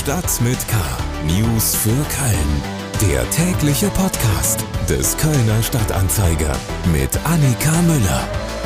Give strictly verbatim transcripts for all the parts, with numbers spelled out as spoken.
Stadt mit K. News für Köln. Der tägliche Podcast des Kölner Stadtanzeiger mit Annika Müller.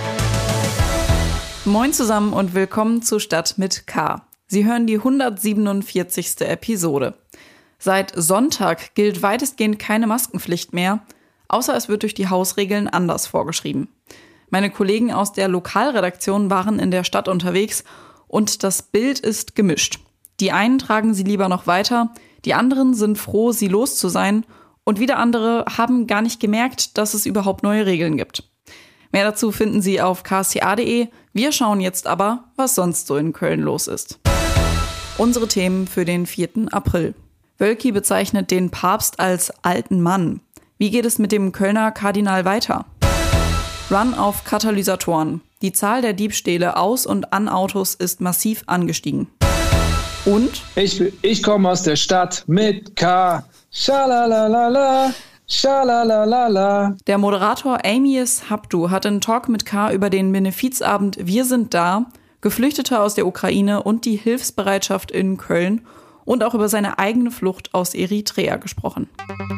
Moin zusammen und willkommen zu Stadt mit K. Sie hören die hundertsiebenundvierzigste Episode. Seit Sonntag gilt weitestgehend keine Maskenpflicht mehr, außer es wird durch die Hausregeln anders vorgeschrieben. Meine Kollegen aus der Lokalredaktion waren in der Stadt unterwegs und das Bild ist gemischt. Die einen tragen sie lieber noch weiter, die anderen sind froh, sie los zu sein und wieder andere haben gar nicht gemerkt, dass es überhaupt neue Regeln gibt. Mehr dazu finden Sie auf k s t a punkt d e. Wir schauen jetzt aber, was sonst so in Köln los ist. Unsere Themen für den vierten April. Wölki bezeichnet den Papst als alten Mann. Wie geht es mit dem Kölner Kardinal weiter? Run auf Katalysatoren. Die Zahl der Diebstähle aus und an Autos ist massiv angestiegen. Und? Ich, ich komme aus der Stadt mit K. Schalalalala, schalalalala. Der Moderator Amias Habdu hat einen Talk mit K über den Benefizabend Wir sind da, Geflüchtete aus der Ukraine und die Hilfsbereitschaft in Köln und auch über seine eigene Flucht aus Eritrea gesprochen.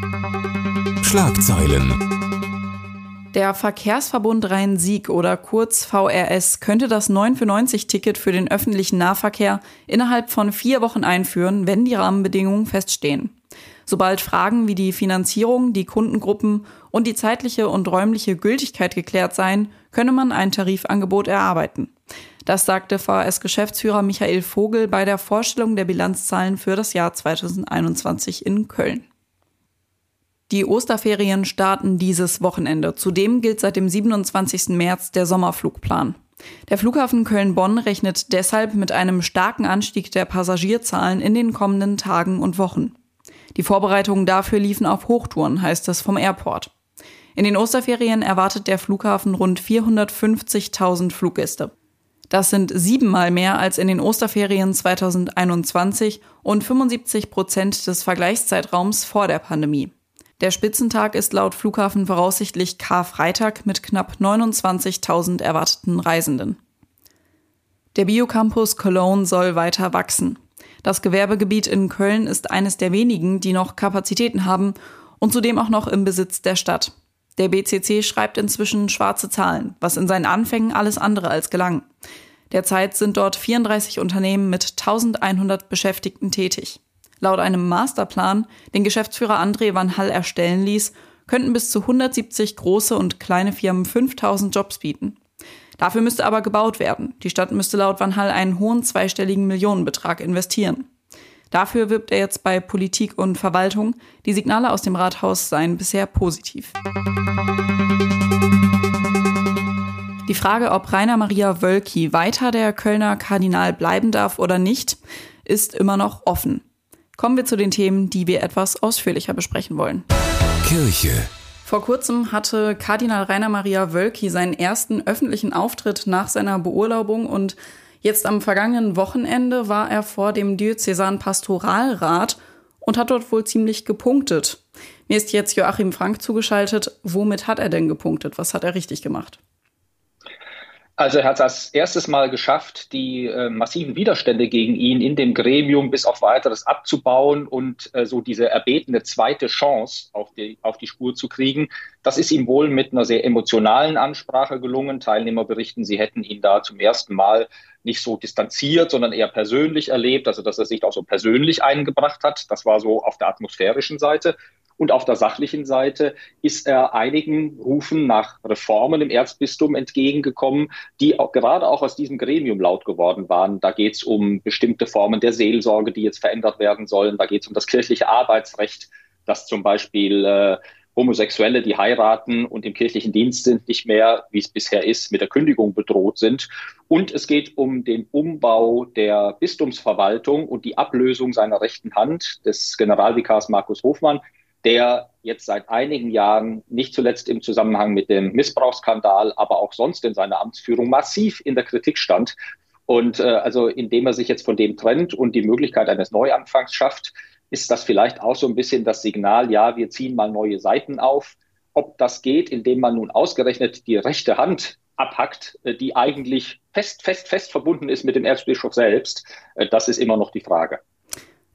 Schlagzeilen. Der Verkehrsverbund Rhein-Sieg oder kurz V R S könnte das neun für neunzig Ticket für den öffentlichen Nahverkehr innerhalb von vier Wochen einführen, wenn die Rahmenbedingungen feststehen. Sobald Fragen wie die Finanzierung, die Kundengruppen und die zeitliche und räumliche Gültigkeit geklärt seien, könne man ein Tarifangebot erarbeiten. Das sagte V R S-Geschäftsführer Michael Vogel bei der Vorstellung der Bilanzzahlen für das Jahr zweitausendeinundzwanzig in Köln. Die Osterferien starten dieses Wochenende. Zudem gilt seit dem siebenundzwanzigsten März der Sommerflugplan. Der Flughafen Köln-Bonn rechnet deshalb mit einem starken Anstieg der Passagierzahlen in den kommenden Tagen und Wochen. Die Vorbereitungen dafür liefen auf Hochtouren, heißt es vom Airport. In den Osterferien erwartet der Flughafen rund vierhundertfünfzigtausend Fluggäste. Das sind siebenmal mehr als in den Osterferien zweitausendeinundzwanzig und fünfundsiebzig Prozent des Vergleichszeitraums vor der Pandemie. Der Spitzentag ist laut Flughafen voraussichtlich Karfreitag mit knapp neunundzwanzigtausend erwarteten Reisenden. Der Biocampus Cologne soll weiter wachsen. Das Gewerbegebiet in Köln ist eines der wenigen, die noch Kapazitäten haben und zudem auch noch im Besitz der Stadt. Der B C C schreibt inzwischen schwarze Zahlen, was in seinen Anfängen alles andere als gelang. Derzeit sind dort vierunddreißig Unternehmen mit eintausendeinhundert Beschäftigten tätig. Laut einem Masterplan, den Geschäftsführer André van Hall erstellen ließ, könnten bis zu hundertsiebzig große und kleine Firmen fünftausend Jobs bieten. Dafür müsste aber gebaut werden. Die Stadt müsste laut van Hall einen hohen zweistelligen Millionenbetrag investieren. Dafür wirbt er jetzt bei Politik und Verwaltung. Die Signale aus dem Rathaus seien bisher positiv. Die Frage, ob Rainer Maria Wölki weiter der Kölner Kardinal bleiben darf oder nicht, ist immer noch offen. Kommen wir zu den Themen, die wir etwas ausführlicher besprechen wollen. Kirche. Vor kurzem hatte Kardinal Rainer Maria Wölki seinen ersten öffentlichen Auftritt nach seiner Beurlaubung und jetzt am vergangenen Wochenende war er vor dem Diözesanen Pastoralrat und hat dort wohl ziemlich gepunktet. Mir ist jetzt Joachim Frank zugeschaltet. Womit hat er denn gepunktet? Was hat er richtig gemacht? Also er hat es als erstes Mal geschafft, die äh, massiven Widerstände gegen ihn in dem Gremium bis auf Weiteres abzubauen und äh, so diese erbetene zweite Chance auf die, auf die Spur zu kriegen. Das ist ihm wohl mit einer sehr emotionalen Ansprache gelungen. Teilnehmer berichten, sie hätten ihn da zum ersten Mal nicht so distanziert, sondern eher persönlich erlebt, also dass er sich auch so persönlich eingebracht hat. Das war so auf der atmosphärischen Seite. Und auf der sachlichen Seite ist er einigen Rufen nach Reformen im Erzbistum entgegengekommen, die auch, gerade auch aus diesem Gremium laut geworden waren. Da geht es um bestimmte Formen der Seelsorge, die jetzt verändert werden sollen. Da geht es um das kirchliche Arbeitsrecht, dass zum Beispiel äh, Homosexuelle, die heiraten und im kirchlichen Dienst sind, nicht mehr, wie es bisher ist, mit der Kündigung bedroht sind. Und es geht um den Umbau der Bistumsverwaltung und die Ablösung seiner rechten Hand des Generalvikars Markus Hofmann, der jetzt seit einigen Jahren, nicht zuletzt im Zusammenhang mit dem Missbrauchsskandal, aber auch sonst in seiner Amtsführung massiv in der Kritik stand. Und äh, also indem er sich jetzt von dem trennt und die Möglichkeit eines Neuanfangs schafft, ist das vielleicht auch so ein bisschen das Signal, ja, wir ziehen mal neue Seiten auf. Ob das geht, indem man nun ausgerechnet die rechte Hand abhackt, äh, die eigentlich fest, fest, fest verbunden ist mit dem Erzbischof selbst, äh, das ist immer noch die Frage.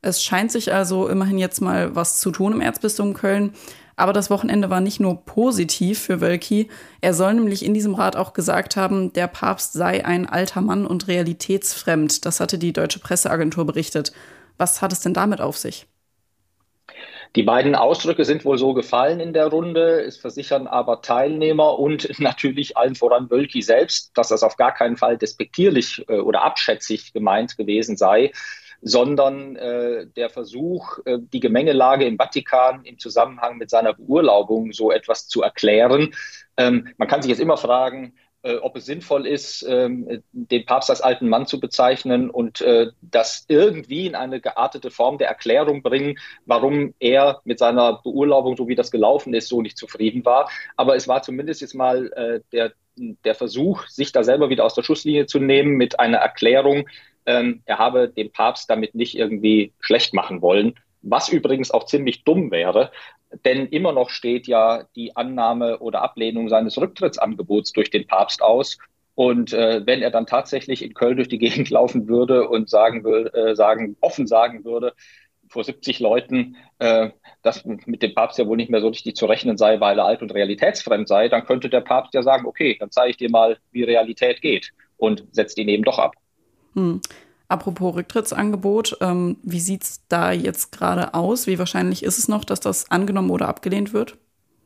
Es scheint sich also immerhin jetzt mal was zu tun im Erzbistum Köln. Aber das Wochenende war nicht nur positiv für Wölki. Er soll nämlich in diesem Rat auch gesagt haben, der Papst sei ein alter Mann und realitätsfremd. Das hatte die Deutsche Presseagentur berichtet. Was hat es denn damit auf sich? Die beiden Ausdrücke sind wohl so gefallen in der Runde. Es versichern aber Teilnehmer und natürlich allen voran Wölki selbst, dass das auf gar keinen Fall despektierlich äh, oder abschätzig gemeint gewesen sei, sondern äh, der Versuch, äh, die Gemengelage im Vatikan im Zusammenhang mit seiner Beurlaubung so etwas zu erklären. Ähm, man kann sich jetzt immer fragen, äh, ob es sinnvoll ist, ähm, den Papst als alten Mann zu bezeichnen und äh, das irgendwie in eine geartete Form der Erklärung bringen, warum er mit seiner Beurlaubung, so wie das gelaufen ist, so nicht zufrieden war. Aber es war zumindest jetzt mal äh, der, der Versuch, sich da selber wieder aus der Schusslinie zu nehmen mit einer Erklärung, Ähm, er habe den Papst damit nicht irgendwie schlecht machen wollen, was übrigens auch ziemlich dumm wäre, denn immer noch steht ja die Annahme oder Ablehnung seines Rücktrittsangebots durch den Papst aus. Und äh, wenn er dann tatsächlich in Köln durch die Gegend laufen würde und sagen, will, äh, sagen, offen sagen würde, vor siebzig Leuten, äh, dass mit dem Papst ja wohl nicht mehr so richtig zu rechnen sei, weil er alt und realitätsfremd sei, dann könnte der Papst ja sagen, okay, dann zeige ich dir mal, wie Realität geht und setzt ihn eben doch ab. Hm. Apropos Rücktrittsangebot, ähm, wie sieht es da jetzt gerade aus? Wie wahrscheinlich ist es noch, dass das angenommen oder abgelehnt wird?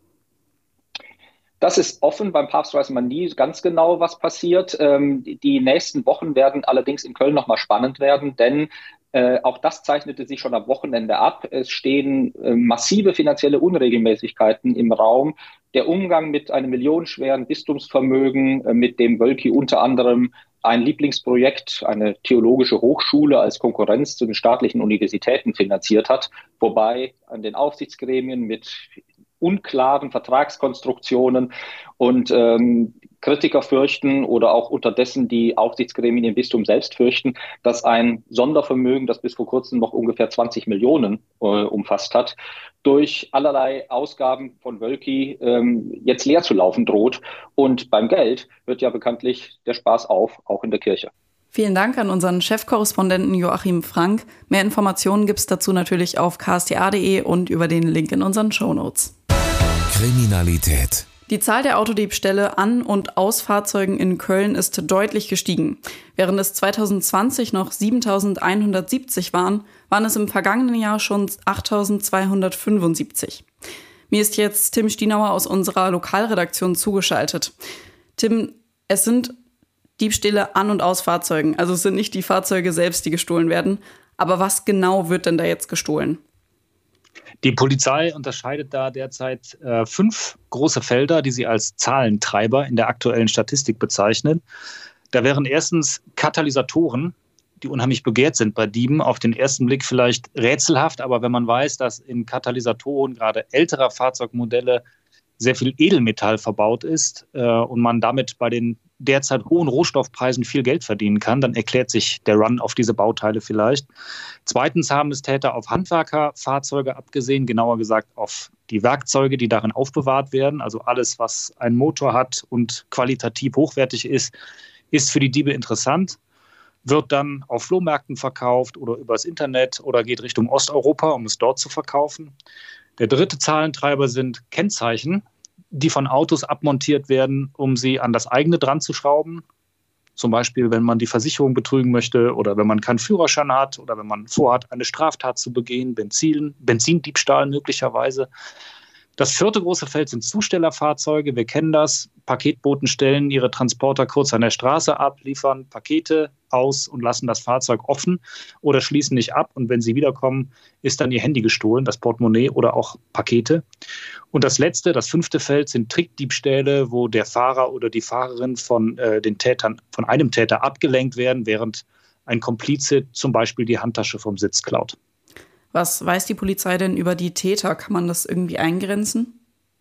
Das ist offen. Beim Papst weiß man nie ganz genau, was passiert. Ähm, die nächsten Wochen werden allerdings in Köln nochmal spannend werden, denn äh, auch das zeichnete sich schon am Wochenende ab. Es stehen äh, massive finanzielle Unregelmäßigkeiten im Raum. Der Umgang mit einem millionenschweren Bistumsvermögen, äh, mit dem Wölki unter anderem ein Lieblingsprojekt, eine theologische Hochschule als Konkurrenz zu den staatlichen Universitäten finanziert hat, wobei an den Aufsichtsgremien mit unklaren Vertragskonstruktionen und ähm, Kritiker fürchten oder auch unterdessen die Aufsichtsgremien im Bistum selbst fürchten, dass ein Sondervermögen, das bis vor kurzem noch ungefähr zwanzig Millionen äh, umfasst hat, durch allerlei Ausgaben von Wölki ähm, jetzt leer zu laufen droht. Und beim Geld hört ja bekanntlich der Spaß auf, auch in der Kirche. Vielen Dank an unseren Chefkorrespondenten Joachim Frank. Mehr Informationen gibt es dazu natürlich auf k s t a punkt d e und über den Link in unseren Shownotes. Kriminalität. Die Zahl der Autodiebstähle an und aus Fahrzeugen in Köln ist deutlich gestiegen. Während es zwanzig zwanzig noch siebentausendeinhundertsiebzig waren, waren es im vergangenen Jahr schon achttausendzweihundertfünfundsiebzig. Mir ist jetzt Tim Stienauer aus unserer Lokalredaktion zugeschaltet. Tim, es sind Diebstähle an und aus Fahrzeugen. Also es sind nicht die Fahrzeuge selbst, die gestohlen werden. Aber was genau wird denn da jetzt gestohlen? Die Polizei unterscheidet da derzeit äh, fünf große Felder, die sie als Zahlentreiber in der aktuellen Statistik bezeichnen. Da wären erstens Katalysatoren, die unheimlich begehrt sind bei Dieben. Auf den ersten Blick vielleicht rätselhaft, aber wenn man weiß, dass in Katalysatoren gerade älterer Fahrzeugmodelle sehr viel Edelmetall verbaut ist äh, und man damit bei den derzeit hohen Rohstoffpreisen viel Geld verdienen kann, dann erklärt sich der Run auf diese Bauteile vielleicht. Zweitens haben es Täter auf Handwerkerfahrzeuge abgesehen, genauer gesagt auf die Werkzeuge, die darin aufbewahrt werden. Also alles, was einen Motor hat und qualitativ hochwertig ist, ist für die Diebe interessant, wird dann auf Flohmärkten verkauft oder übers Internet oder geht Richtung Osteuropa, um es dort zu verkaufen. Der dritte Zahlentreiber sind Kennzeichen, die von Autos abmontiert werden, um sie an das eigene dran zu schrauben. Zum Beispiel, wenn man die Versicherung betrügen möchte oder wenn man keinen Führerschein hat oder wenn man vorhat, eine Straftat zu begehen, Benzin, Benzindiebstahl möglicherweise. Das vierte große Feld sind Zustellerfahrzeuge. Wir kennen das. Paketboten stellen ihre Transporter kurz an der Straße ab, liefern Pakete aus und lassen das Fahrzeug offen oder schließen nicht ab. Und wenn sie wiederkommen, ist dann ihr Handy gestohlen, das Portemonnaie oder auch Pakete. Und das letzte, das fünfte Feld sind Trickdiebstähle, wo der Fahrer oder die Fahrerin von äh, den Tätern, von einem Täter abgelenkt werden, während ein Komplize zum Beispiel die Handtasche vom Sitz klaut. Was weiß die Polizei denn über die Täter? Kann man das irgendwie eingrenzen?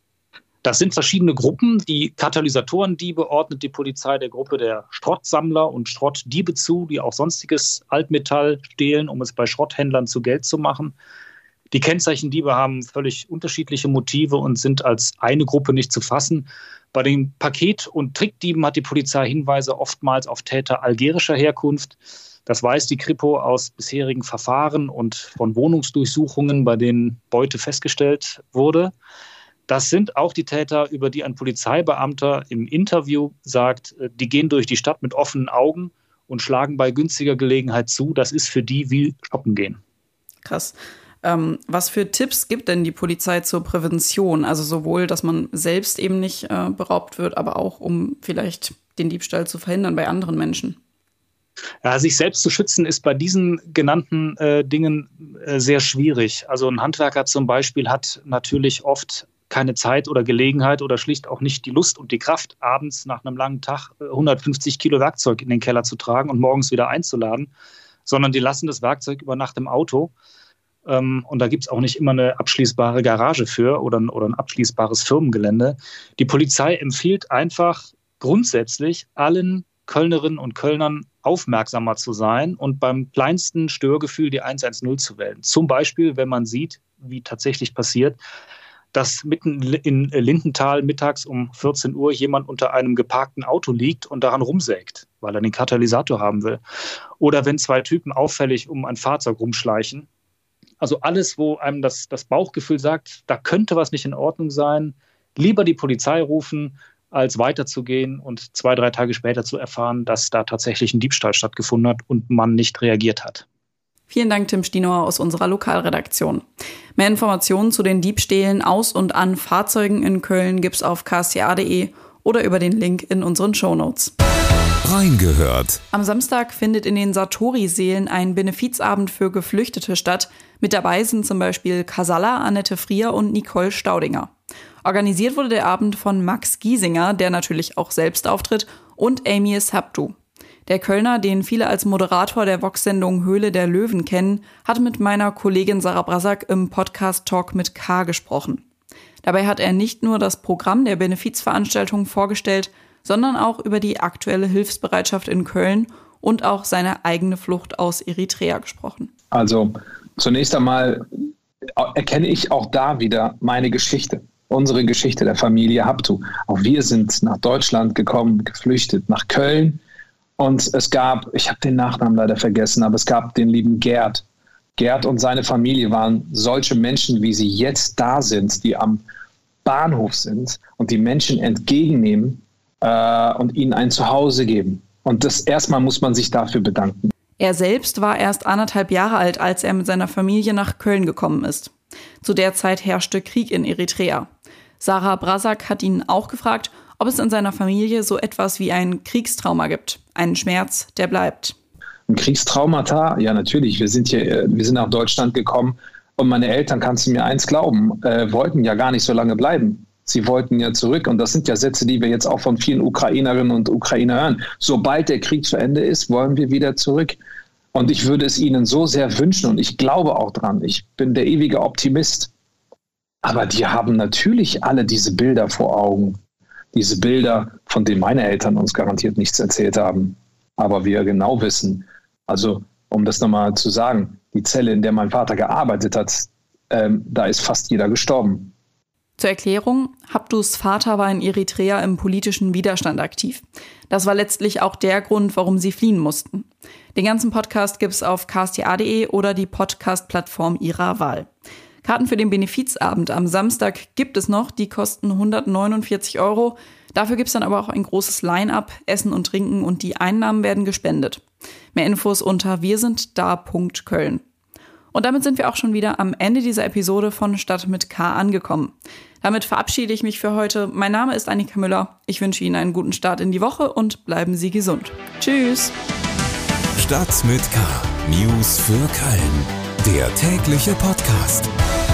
Das sind verschiedene Gruppen. Die Katalysatorendiebe ordnet die Polizei der Gruppe der Schrottsammler und Schrottdiebe zu, die auch sonstiges Altmetall stehlen, um es bei Schrotthändlern zu Geld zu machen. Die Kennzeichendiebe haben völlig unterschiedliche Motive und sind als eine Gruppe nicht zu fassen. Bei den Paket- und Trickdieben hat die Polizei Hinweise oftmals auf Täter algerischer Herkunft. Das weiß die Kripo aus bisherigen Verfahren und von Wohnungsdurchsuchungen, bei denen Beute festgestellt wurde. Das sind auch die Täter, über die ein Polizeibeamter im Interview sagt, die gehen durch die Stadt mit offenen Augen und schlagen bei günstiger Gelegenheit zu. Das ist für die wie shoppen gehen. Krass. Ähm, was für Tipps gibt denn die Polizei zur Prävention? Also sowohl, dass man selbst eben nicht äh, beraubt wird, aber auch, um vielleicht den Diebstahl zu verhindern bei anderen Menschen. Ja, sich selbst zu schützen ist bei diesen genannten äh, Dingen äh, sehr schwierig. Also ein Handwerker zum Beispiel hat natürlich oft keine Zeit oder Gelegenheit oder schlicht auch nicht die Lust und die Kraft, abends nach einem langen Tag hundertfünfzig Kilo Werkzeug in den Keller zu tragen und morgens wieder einzuladen, sondern die lassen das Werkzeug über Nacht im Auto. Ähm, und da gibt es auch nicht immer eine abschließbare Garage für oder, oder ein abschließbares Firmengelände. Die Polizei empfiehlt einfach grundsätzlich allen Kölnerinnen und Kölnern aufmerksamer zu sein und beim kleinsten Störgefühl die eins eins null zu wählen. Zum Beispiel, wenn man sieht, wie tatsächlich passiert, dass mitten in Lindenthal mittags um vierzehn Uhr jemand unter einem geparkten Auto liegt und daran rumsägt, weil er den Katalysator haben will. Oder wenn zwei Typen auffällig um ein Fahrzeug rumschleichen. Also alles, wo einem das, das Bauchgefühl sagt, da könnte was nicht in Ordnung sein, lieber die Polizei rufen, als weiterzugehen und zwei, drei Tage später zu erfahren, dass da tatsächlich ein Diebstahl stattgefunden hat und man nicht reagiert hat. Vielen Dank, Tim Stienauer aus unserer Lokalredaktion. Mehr Informationen zu den Diebstählen aus und an Fahrzeugen in Köln gibt's auf k s t a punkt d e oder über den Link in unseren Shownotes. Reingehört. Am Samstag findet in den Satori-Seelen ein Benefizabend für Geflüchtete statt. Mit dabei sind zum Beispiel Casalla, Annette Frier und Nicole Staudinger. Organisiert wurde der Abend von Max Giesinger, der natürlich auch selbst auftritt, und Amias Habtu. Der Kölner, den viele als Moderator der Vox-Sendung Höhle der Löwen kennen, hat mit meiner Kollegin Sarah Brasak im Podcast Talk mit K gesprochen. Dabei hat er nicht nur das Programm der Benefizveranstaltung vorgestellt, sondern auch über die aktuelle Hilfsbereitschaft in Köln und auch seine eigene Flucht aus Eritrea gesprochen. Also zunächst einmal erkenne ich auch da wieder meine Geschichte. Unsere Geschichte der Familie Habtu. Auch wir sind nach Deutschland gekommen, geflüchtet nach Köln. Und es gab, ich habe den Nachnamen leider vergessen, aber es gab den lieben Gerd. Gerd und seine Familie waren solche Menschen, wie sie jetzt da sind, die am Bahnhof sind und die Menschen entgegennehmen äh, und ihnen ein Zuhause geben. Und das erstmal muss man sich dafür bedanken. Er selbst war erst anderthalb Jahre alt, als er mit seiner Familie nach Köln gekommen ist. Zu der Zeit herrschte Krieg in Eritrea. Sarah Brasak hat ihn auch gefragt, ob es in seiner Familie so etwas wie ein Kriegstrauma gibt. Einen Schmerz, der bleibt. Ein Kriegstraumata? Ja, natürlich. Wir sind hier, wir sind nach Deutschland gekommen und meine Eltern, kannst du mir eins glauben, äh, wollten ja gar nicht so lange bleiben. Sie wollten ja zurück und das sind ja Sätze, die wir jetzt auch von vielen Ukrainerinnen und Ukrainern hören. Sobald der Krieg zu Ende ist, wollen wir wieder zurück. Und ich würde es ihnen so sehr wünschen und ich glaube auch dran. Ich bin der ewige Optimist. Aber die haben natürlich alle diese Bilder vor Augen. Diese Bilder, von denen meine Eltern uns garantiert nichts erzählt haben. Aber wir genau wissen, also um das nochmal zu sagen, die Zelle, in der mein Vater gearbeitet hat, ähm, da ist fast jeder gestorben. Zur Erklärung, Habtus Vater war in Eritrea im politischen Widerstand aktiv. Das war letztlich auch der Grund, warum sie fliehen mussten. Den ganzen Podcast gibt's auf k s t a punkt d e oder die Podcast-Plattform ihrer Wahl. Karten für den Benefizabend am Samstag gibt es noch, die kosten hundertneunundvierzig Euro. Dafür gibt es dann aber auch ein großes Line-up, Essen und Trinken und die Einnahmen werden gespendet. Mehr Infos unter wirsindda punkt köln. Und damit sind wir auch schon wieder am Ende dieser Episode von Stadt mit K angekommen. Damit verabschiede ich mich für heute. Mein Name ist Annika Müller. Ich wünsche Ihnen einen guten Start in die Woche und bleiben Sie gesund. Tschüss! Stadt mit K. News für Köln. Der tägliche Podcast.